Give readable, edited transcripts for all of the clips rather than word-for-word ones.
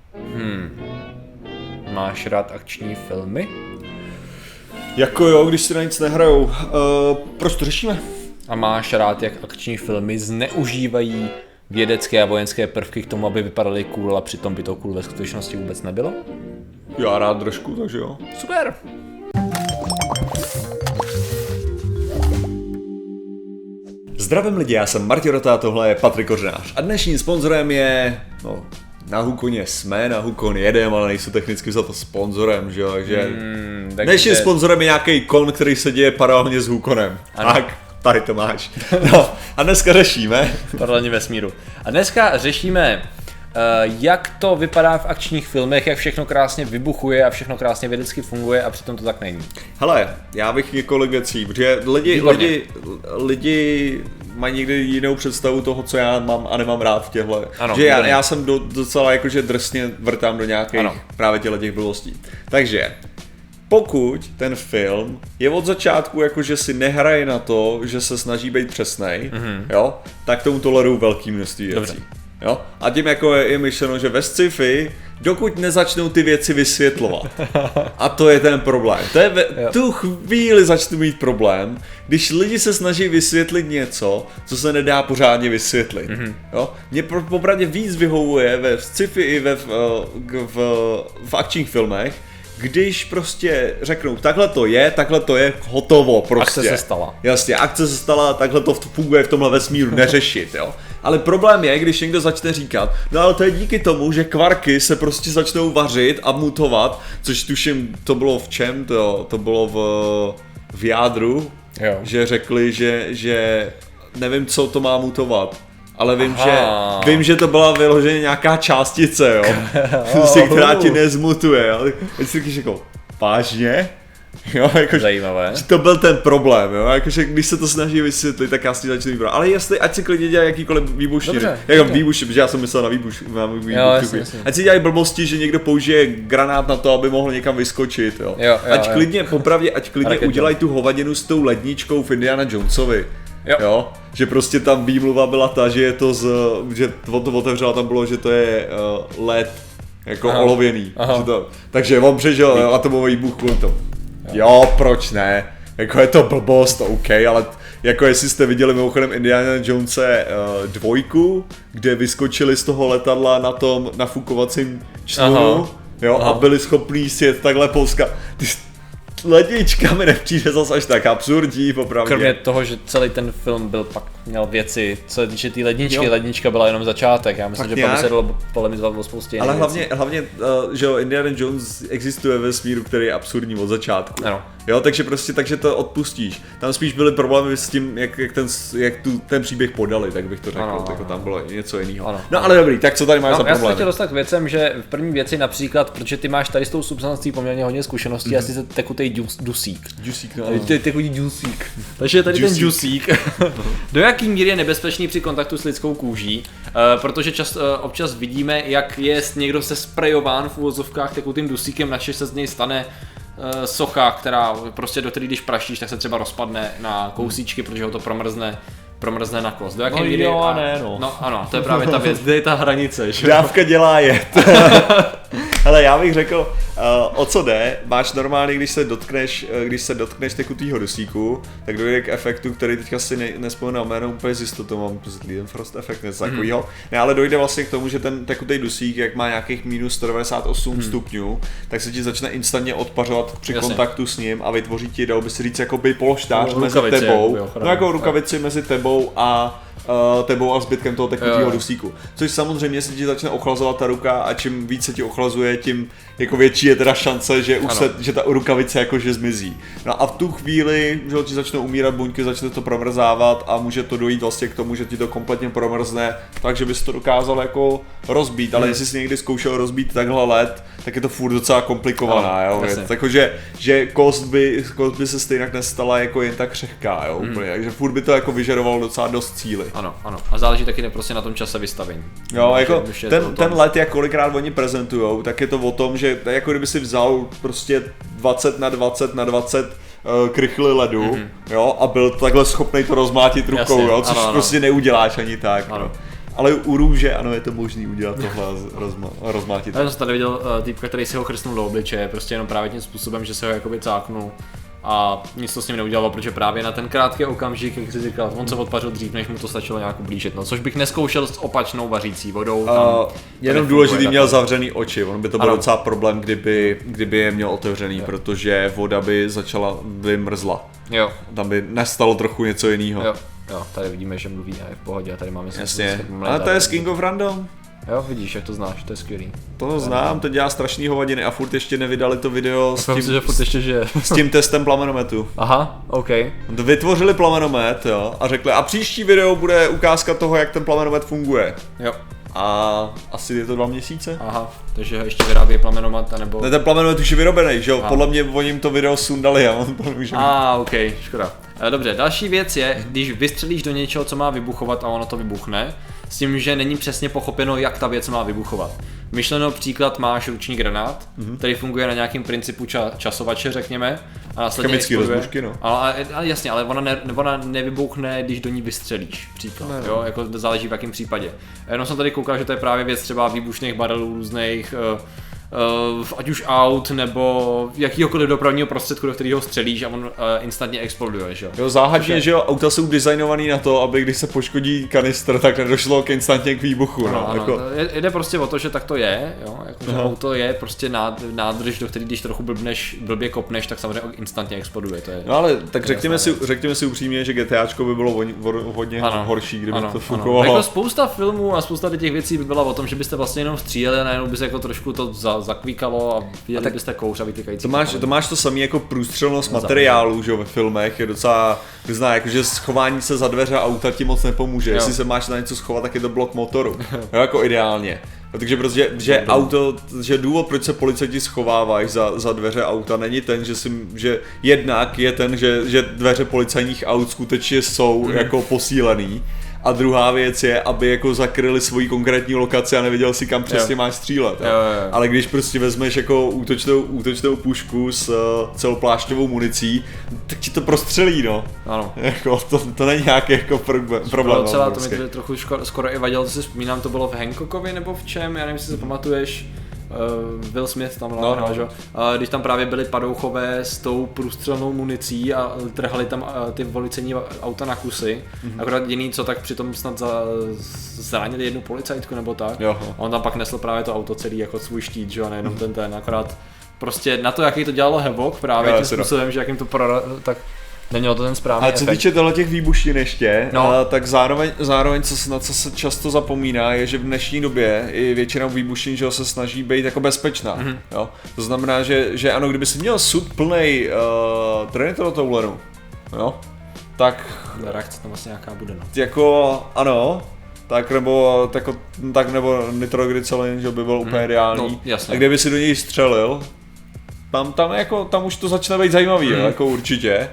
Máš rád akční filmy? Jako jo, když si na nic nehrajou. Proč to řešíme? A máš rád, jak akční filmy zneužívají vědecké a vojenské prvky k tomu, aby vypadaly cool, a přitom by to cool ve skutečnosti vůbec nebylo? Já rád trošku, takže jo. Super! Zdravím lidi, já jsem Martin Rota, tohle je Patrik Kořenář a dnešním sponzorem je, na Hukoně jsme, na Hukon jedem, ale nejsou technicky za to sponzorem, že jo, takže dnešním sponzorem je nějaký kon, který se děje paralelně s Hukonem. Ano. Tak, tady to máš. No, a dneska řešíme. Paralelně vesmíru. A dneska řešíme, jak to vypadá v akčních filmech, jak všechno krásně vybuchuje a všechno krásně vědecky funguje a přitom to tak není. Hele, já bych několik věcí, protože lidi mají někdy jinou představu toho, co já mám a nemám rád v těchto. Že já jsem docela jakože drsně vrtám do nějakých právě těch blbostí. Takže pokud ten film je od začátku jakože si nehraje na to, že se snaží být přesnej, jo, tak tomu toleruju velký množství věcí. Jo? A tím jako je myšleno, že ve sci-fi, dokud nezačnou ty věci vysvětlovat. A to je ten problém. Tu chvíli začnu mít problém, když lidi se snaží vysvětlit něco, co se nedá pořádně vysvětlit. Jo? Mě popravdě víc vyhovuje ve sci-fi i v akčních filmech, když prostě řeknou, takhle to je, hotovo prostě. Akce se stala. Jasně, akce se stala, takhle to funguje v tomhle vesmíru, neřešit, jo. Ale problém je, když někdo začne říkat, no ale to je díky tomu, že kvarky se prostě začnou vařit a mutovat, což tuším, to bylo v čem, to bylo v jádru, jo. Že řekli, že nevím, co to má mutovat. Ale vím, že to byla vyloženě nějaká částice, jo, která ti nezmutuje, ale teď si říkáš jako, vážně? Jo, jakože, zajímavé. Že to byl ten problém, jo, jakože když se to snaží vysvětlit, tak já si začnu výbrat. Ale jestli, ať si klidně dělají jakýkoliv výbušniny, jako výbušky, protože já jsem myslel na výbušky. Ať si dělají blbosti, že někdo použije granát na to, aby mohl někam vyskočit, jo. Ať klidně udělají tu hovadinu s tou ledničkou v Indiana Jonesovi. Jo, že prostě tam výmluva byla ta, že je to že on to otevřel a tam bylo, že to je led jako olověný. Takže on přežil atomový výbuch kvůli tomu. Jo, proč ne? Jako je to blbost, OK, ale jako jestli jste viděli mimochodem Indiana Jonese 2, kde vyskočili z toho letadla na tom nafukovacím člunu, a byli schopní sjet takhle Polska. Lednička mi nepřijde zase až tak absurdní, popravdě. Kromě toho, že celý ten film měl věci, co se týče té lednička byla jenom začátek, já myslím, že pak by se dalo polemizovat o spoustě jiných věcí. Ale hlavně, že Indiana Jones existuje ve vesmíru, který je absurdní od začátku. Ano. Jo, takže to odpustíš. Tam spíš byly problémy s tím, jak ten příběh podali, tak bych to řekl, jako tam bylo něco jiného. No ale dobrý, tak co tady máš za problémy? Já jsem chtěl dostat k věcem, že v první věci například, protože ty máš tady s tou substancí poměrně hodně zkušeností, asi se tekutej dusík. Tekutý dusík. Takže tady ten dusík, do jaký míry je nebezpečný při kontaktu s lidskou kůží, protože občas vidíme, jak je někdo se sprejován v uvozovkách tekutým dusíkem, načež se z něj stane socha, která prostě do který když praštíš, tak se třeba rozpadne na kousíčky, protože ho to promrzne na kost. Do jaké míry? No ano, to je právě ta věc, kde je ta hranice, že? Dávka dělá jed. Hele, já bych řekl, o co jde, máš normálně, když se dotkneš tekutýho dusíku, tak dojde k efektu, který teďka si nespomenu jméno úplně z jistotou, mám Leidenfrost efekt, něco takovýho. Ne, ale dojde vlastně k tomu, že ten tekutý dusík, jak má nějakých minus 198 stupňů, tak se ti začne instantně odpařovat při kontaktu s ním a vytvoří ti, dalo by si říct, jakoby polštář mezi tebou, jako rukavici mezi tebou a zbytkem toho tekutého dusíku. Což samozřejmě se ti začne ochlazovat ta ruka a čím víc se ti ochlazuje, tím jako větší je teda šance, že ta rukavice jakože zmizí. No a v tu chvíli, že ti začnou umírat buňky, začne to promrzávat a může to dojít vlastně k tomu, že ti to kompletně promrzne, takže bys to dokázal jako rozbít, ale jestli jsi někdy zkoušel rozbít takhle led, tak je to furt docela komplikovaná, jo. Takže že kost by se stejně nestala jako jen tak křehká, jo, úplně. Takže furt by to jako vyžadovalo docela dost síly. Ano. A záleží taky prostě na tom čase vystavení. Jo, jako ten let, jak kolikrát oni prezentujou, tak je to o tom, že jako kdyby si vzal prostě 20x20x20 krychly ledu, jo, a byl takhle schopný to rozmátit rukou, jo, což prostě neuděláš ani tak. Ale u růže, ano, je to možný udělat tohle a rozmátit. Já jsem tady viděl týpka, který si ho chrstnul do obličeje, prostě jenom právě tím způsobem, že se ho jakoby cáknul. A nic to s ním neudělalo, protože právě na ten krátký okamžik, jak jsi říkal, on se odpařil dřív, než mu to stačilo nějak ublížit, no, což bych neskoušel s opačnou vařící vodou. Jenom důležitý měl zavřený oči, on by to byl docela problém, kdyby je měl otevřený, protože voda by začala vymrzla. Jo. Tam by nastalo trochu něco jiného. Jo, tady vidíme, že mluví a je v pohodě a tady máme Jasně, ale to je z King of Random. Jo, vidíš, jak to znáš, to je skvělý. To znám, to dělá strašný hovadiny a furt ještě nevydali to video s tím testem plamenometu. Aha, OK. Vytvořili plamenomet, jo, a řekli, a příští video bude ukázka toho, jak ten plamenomet funguje. Jo. A asi je to 2 měsíce? Aha, takže ještě vyrábějí plamenomet, anebo... Ne, ten plamenomet už je vyrobený, že jo? Podle mě oni jim to video sundali a on to může mít. OK, škoda. Dobře, další věc je, když vystřelíš do něčeho, co má vybuchovat a ono to vybuchne, s tím, že není přesně pochopeno, jak ta věc má vybuchovat. Myšleno příklad, máš ruční granát, který funguje na nějakém principu časovače, řekněme, a následně chemický rozbušky, no. Ale jasně, ale ona nevybuchne, když do ní vystřelíš, příklad, ne, jo, jako záleží v jakém případě. Jenom jsem tady koukal, že to je právě věc třeba výbušných barelů různých, ať už aut nebo jakýhokoliv dopravního prostředku, do kterého střelíš a on instantně exploduje, že jo. Jo, záhadně, že jo, auta jsou designovaný na to, aby když se poškodí kanistr, tak nedošlo instantně k výbuchu, no. Jako... Jde prostě o to, že tak to je, jo, jako, že auto je prostě nádrž, do který když trochu blbě kopneš, tak samozřejmě instantně exploduje, to je. No ale tak řekněme si upřímně, že GTAčko by bylo hodně horší, kdyby to fungovalo. Jako spousta filmů a spousta těch věcí by byla o tom, že byste vlastně jenom stříleli a najednou by se jako trošku to zakvíkalo a viděli byste kouř a vytykající. To máš to samé jako průstřelnost materiálu, že jo, ve filmech je docela vyzná, jakože schování se za dveře auta ti moc nepomůže. Jestli se máš na něco schovat, tak je to blok motoru. Jo, jako ideálně. Takže prostě, že důvod, proč se policajti schovávají za dveře auta, není ten, že jednak je ten, že dveře policajních aut skutečně jsou jako posílený. A druhá věc je, aby jako zakryli svoji konkrétní lokaci a nevěděl si, kam přesně máš střílet. Jo. Ale když prostě vezmeš jako útočnou pušku s celoplášťovou municí, tak ti to prostřelí, no. Ano. Jako, to není nějaký jako problém. To mi trochu skoro i vadilo, to si vzpomínám, to bylo v Hancockovi nebo v čem, já nevím, jestli se pamatuješ. Will Smith tam hrál, že? Když tam právě byli padouchové s tou průstřelnou municí a trhali tam ty policejní auta na kusy. Akorát jediný, co tak přitom snad zranili jednu policajtku nebo tak. Jo. A on tam pak nesl právě to auto celý jako svůj štít, že? A nejenom ten, akorát prostě na to, jaký to dělalo hevok právě tím způsobem, že jakým to tak nemělo to ten správný efekt. A co týče těch výbuštin ještě, tak zároveň na co se často zapomíná, je, že v dnešní době i většina výbuštin, že se snaží být jako bezpečná. Jo? To znamená, že ano, kdyby si měl sud plnej trinitrotoluenu, jo, tak... Reakce tam vlastně nějaká bude, no. Jako, ano, tak nebo nitroglycerin, že by byl úplně ideální. No, a kdyby si do něj střelil, tam už to začne být zajímavý, jako určitě.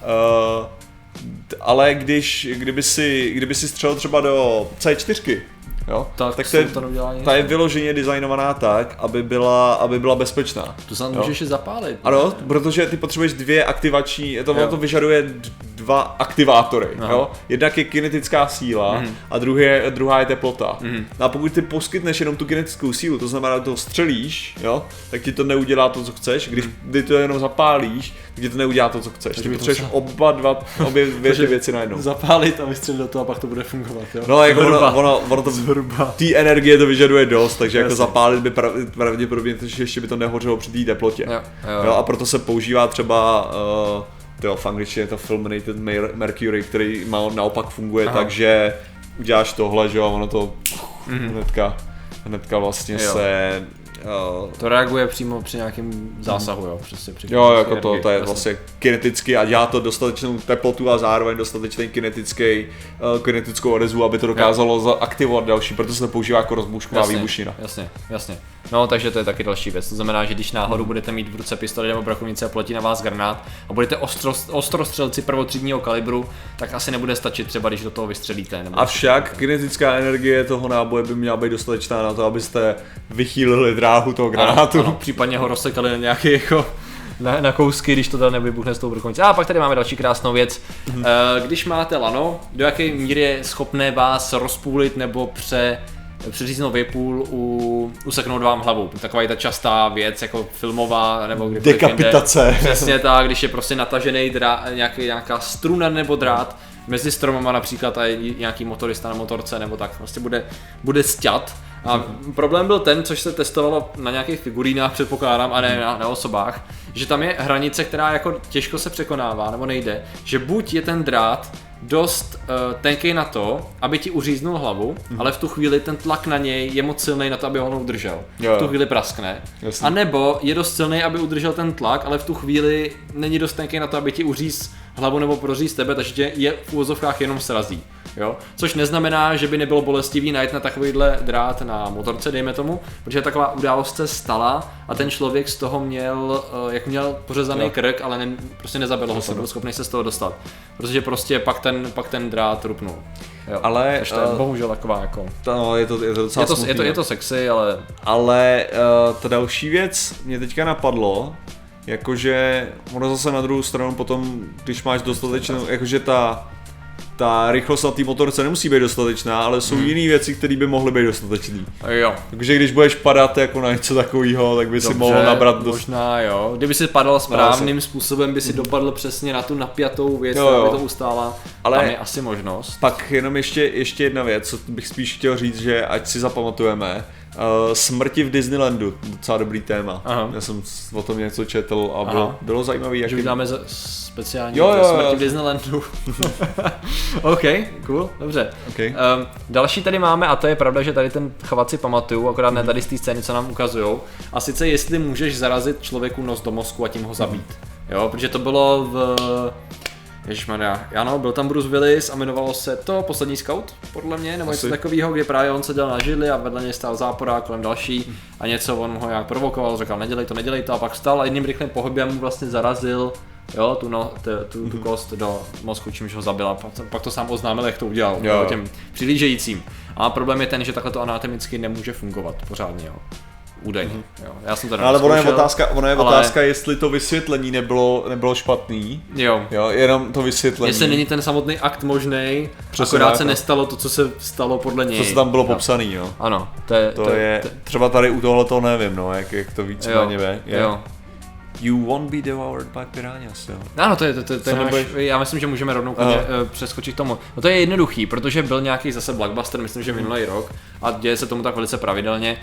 Ale kdyby si střelil třeba do C4, jo, tak ta je vyloženě designovaná tak, aby byla bezpečná. To se můžeš i zapálit. Ano, protože ty potřebuješ 2 aktivační, to vyžaduje 2 aktivátory, jo. Jednak je kinetická síla a druhá je teplota. A pokud ty poskytneš jenom tu kinetickou sílu, to znamená, že to střelíš, jo, tak ti to neudělá to, co chceš, když ty to jenom zapálíš, tak ti to neudělá to, co chceš. Ty potřebuješ obě dvě věci najednou. Zapálit a vystřelit do toho a pak to bude fungovat, jo. No, jako ono to té energie to vyžaduje dost, takže jako zapálit by pravděpodobně, že ještě by to nehořelo při té teplotě. Jo, a proto se používá třeba v angličtině je to Fulminated Mercury, který naopak funguje tak, že uděláš tohle, že jo, ono to hnedka vlastně se... To reaguje přímo při nějakém zásahu, jo, přesně. Jo, jako to je vlastně kineticky a dělá to dostatečnou teplotu a zároveň dostatečný kinetickou odezvu, aby to dokázalo zaaktivovat další, proto se to používá jako rozbušková výbušnina. Jasně. No, takže to je taky další věc. To znamená, že když náhodou budete mít v ruce pistoli nebo brakovnice a poletí na vás granát a budete ostrostřelci prvotřídního kalibru, tak asi nebude stačit třeba, když do toho vystřelíte. Avšak kinetická energie toho náboje by měla být dostatečná na to, abyste vychýlili dráhu toho granátu. Ano, případně ho rozsekali na nějaký jako na kousky, když to tam nevybuchne s tou vrcholnicí. A pak tady máme další krásnou věc. Když máte lano, do jaké míry je schopné vás rozpůlit nebo přeříznout věpůl, useknout vám hlavu. Taková je ta častá věc, jako filmová nebo kdykoliv dekapitace. jinde. Přesně tak, když je prostě natažený nějaká struna nebo drát mezi stromama například a nějaký motorista na motorce nebo tak, prostě bude sťat. A problém byl ten, což se testovalo na nějakých figurínách, předpokládám, a ne na osobách, že tam je hranice, která jako těžko se překonává, nebo nejde, že buď je ten drát dost tenký na to, aby ti uříznul hlavu, ale v tu chvíli ten tlak na něj je moc silný na to, aby ho udržel. V tu chvíli praskne. A nebo je dost silný, aby udržel ten tlak, ale v tu chvíli není dost tenký na to, aby ti uříz hlavu nebo proříz tebe, takže tě je v úvozovkách jenom srazí. Jo? Což neznamená, že by nebylo bolestivý najít na takovýhle drát na motorce, dejme tomu, protože taková událost se stala a ten člověk z toho měl pořezaný krk, ale prostě nezabil ho se, byl schopný se z toho dostat. Protože prostě pak ten drát rupnul. Jo. Ale to je bohužel taková jako... No, je to docela smutný. Je to sexy, ale... Ale ta další věc mě teďka napadlo, jakože ono zase na druhou stranu potom, když máš dostatečnou, jakože ta rychlost na té motorce nemusí být dostatečná, ale jsou jiné věci, které by mohly být dostatečné. Jo. Takže když budeš padat jako na něco takového, tak by si mohl nabrat dost. Možná jo. Kdyby si padal správným způsobem, by si dopadl přesně na tu napjatou věc, aby to ustála. Ale tam je asi možnost. Pak jenom ještě jedna věc, co bych spíš chtěl říct, že ať si zapamatujeme. Smrti v Disneylandu, docela dobrý téma. Aha. Já jsem o tom něco četl a bylo zajímavý. Že uděláme speciální smrti v Disneylandu. OK, cool, dobře. Okay. Další tady máme, a to je pravda, že tady ten chvat si pamatuju, akorát ne tady z té scény, co nám ukazujou. A sice jestli můžeš zarazit člověku nos do mozku a tím ho zabít. Jo, protože to bylo v... Ježišmarja, ano, byl tam Bruce Willis a jmenovalo se to Poslední scout, podle mě, nebo něco takového, kde právě on seděl na židli a vedle něj stál záporák kolem další a něco on ho nějak provokoval, říkal nedělej to a pak vstal a jedním rychlým pohybem mu vlastně zarazil tu kost do mozku, čímž ho zabil a pak to sám oznámil, jak to udělal těm přilížejícím. A problém je ten, že takhle to anatomicky nemůže fungovat pořádně, jo. Údajně. Jo. Já jsem to ale ona je otázka, jestli to vysvětlení nebylo špatný. Jo. Jenom to vysvětlení. Jestli není ten samotný akt možnej, akorát se nestalo to, co se stalo podle něj. Co se tam bylo popsaný, jo. Ano. Třeba tady u tohle to nevím, no, jak to víceméně je. Jo. You won't be devoured by piranhas, jo. Ano, to je já myslím, že můžeme rovnou přeskočit k tomu. No to je jednoduchý, protože byl nějaký zase blockbuster, myslím, že minulý rok a děje se tomu tak velice pravidelně.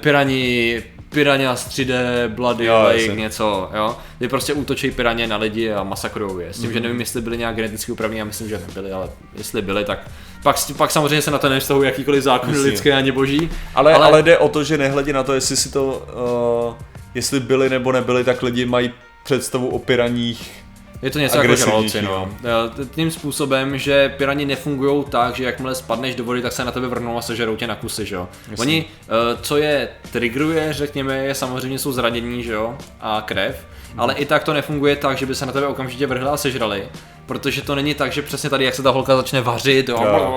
Piranhas 3D, Bloody Lake, něco, jo. Kdy prostě útočí piraně na lidi a masakrujou je. S tím, že nevím, jestli byli nějak geneticky upravení, já myslím, že nebyli, ale jestli byli, tak pak samozřejmě se na to nevztahují jakýkoliv zákony lidské ani boží. Ale jde o to, že nehledě na to, jestli si to jestli byli nebo nebyli, tak lidi mají představu o piraních. Je to něco jako žraloci, no. Tím způsobem, že pirani nefungují tak, že jakmile spadneš do vody, tak se na tebe vrhnou a sežerou tě na kusy, že jo. Oni, co je triggeruje, řekněme, je samozřejmě jsou zranění, že jo, a krev, ale i tak to nefunguje tak, že by se na tebe okamžitě vrhli a sežrali. Protože to není tak, že přesně tady, jak se ta holka začne vařit,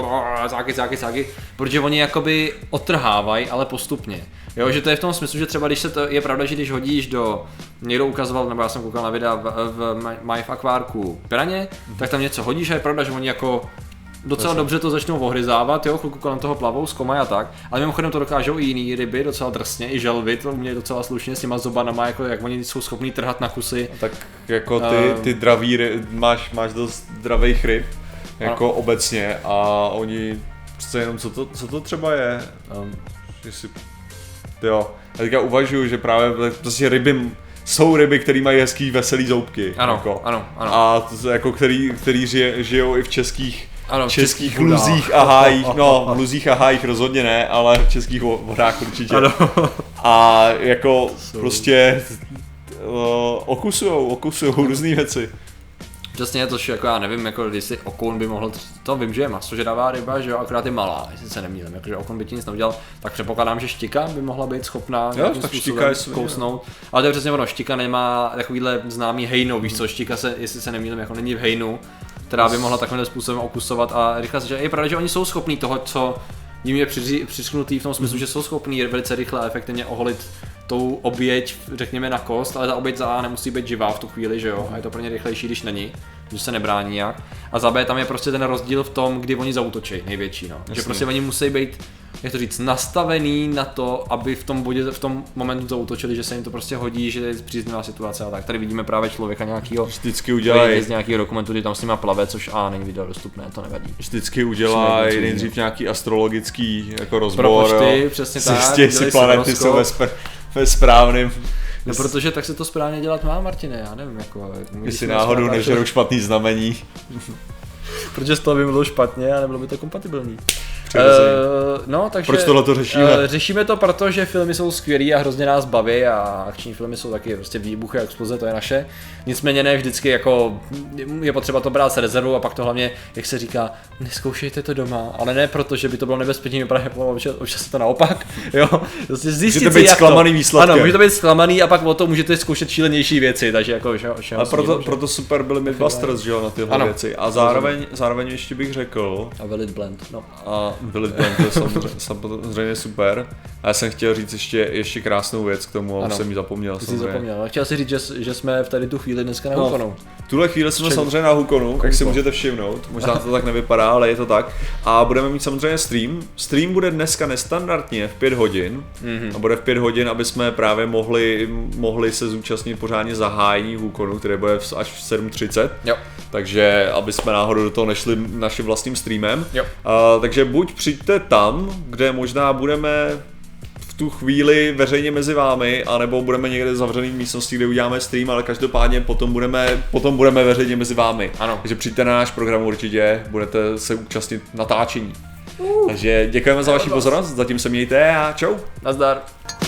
záky, protože oni jakoby otrhávají, ale postupně. Jo, že to je v tom smyslu, že třeba je pravda, že když hodíš někdo ukazoval, nebo já jsem koukal na videa v akvárku piraně, tak tam něco hodíš a je pravda, že oni jako docela dobře to začnou ohryzávat, jo, chvilku kolem toho plavou, zkoumaj a tak, ale mimochodem to dokážou i jiný ryby, docela drsně, i želvy, to umějí docela slušně s těma zobanama, jako jak oni jsou schopní trhat na kusy. Tak jako ty draví máš dost zdravých ryb, jako obecně a oni přece jenom, co to třeba je, jestli, jo, já teďka uvažuju, že právě prostě jsou ryby, které mají hezký veselý zoubky. Ano. A jako který žijou i v českých luzích a hájích, luzích a hájích rozhodně ne, ale v českých vodách určitě. Ano. A jako prostě okusujou různý věci. Přesně, tož jako já nevím, jako jestli okoun by mohl, to vím, že je masožravá ryba, že jo, akorát je malá, jestli se nemýlím, jakože okoun by ti nic neudělal, tak předpokládám, že štika by mohla být schopná nějakým způsobem kousnout, ale to je přesně ono, štika nemá takovýhle známý hejnou, víš co, štika se, jestli se nemýlím, jako není v hejnu, která by mohla takovým způsobem okusovat a rychle, že je pravda, že oni jsou schopní toho, co jim je přiřknutý v tom smyslu, že jsou schopní velice rychle a efektivně oholit tou oběť, řekněme na kost, ale ta oběť za A nemusí být živá v tu chvíli, že jo, a je to pro ně rychlejší, když není, že se nebrání nějak. A za B tam je prostě ten rozdíl v tom, kdy oni zaútočí největší, no. Že prostě oni musí být, jak to říct, nastavený na to, aby v tom bodě, v tom momentu zaútočili, že se jim to prostě hodí, že je příznivá situace a tak. Tady vidíme právě člověka nějakýho, vždycky udělají z nějakého dokumentu, kdy tam s nima plave, což A není video dostupné, to nevadí. Vždycky udělají nejdřív nějaký astrologický jako rozbor, propočty, přesně tak. Jestli planety jsou ve správném. No protože tak se to správně dělat má, Martine, já nevím, jako... Jestli náhodou nežerou špatný znamení. Protože z toho by bylo špatně a nebylo by to kompatibilní. No, takže proč tohle to řešíme? Řešíme to, protože filmy jsou skvělý a hrozně nás baví a akční filmy jsou taky prostě výbuchy a exploze, to je naše. Nicméně ne vždycky jako je potřeba to brát s rezervou a pak to hlavně, jak se říká, neskoušejte to doma, ale ne proto, že by to bylo nebezpečné, právě občas je to naopak, jo. Prostě zjistit můžete být zklamaný výsledkem. Ano, můžete být zklamaný a pak o tom můžete zkoušet šílenější věci, takže jako a proto super byly Mythbusters, že jo, na tyhle věci. A zároveň ještě bych řekl a Will It Blend, no. A Will It Blend, to je samozřejmě super. A já jsem chtěl říct ještě krásnou věc k tomu, ale jsem ji zapomněl. Ty jsi zapomněl. Chtěl si říct, že jsme v tady tu chvíli dneska na Hukonu. V tuhle chvíli jsme samozřejmě na Hukonu, jak si můžete všimnout. Možná to tak nevypadá, ale je to tak. A budeme mít samozřejmě stream. Stream bude dneska nestandardně v 5 hodin. A bude v 5 hodin, aby jsme právě mohli se zúčastnit pořádně zahájení Hukonu, které bude až v 7:30. Jo. Takže aby jsme náhodou do toho nešli naším vlastním streamem. Jo. Takže buď přijďte tam, kde možná budeme v tu chvíli veřejně mezi vámi, anebo budeme někde zavřený v místnosti, kde uděláme stream, ale každopádně potom budeme veřejně mezi vámi. Ano. Takže přijďte na náš program určitě, budete se účastnit natáčení. Takže děkujeme za vaši pozornost, zatím se mějte a čau. Nazdar.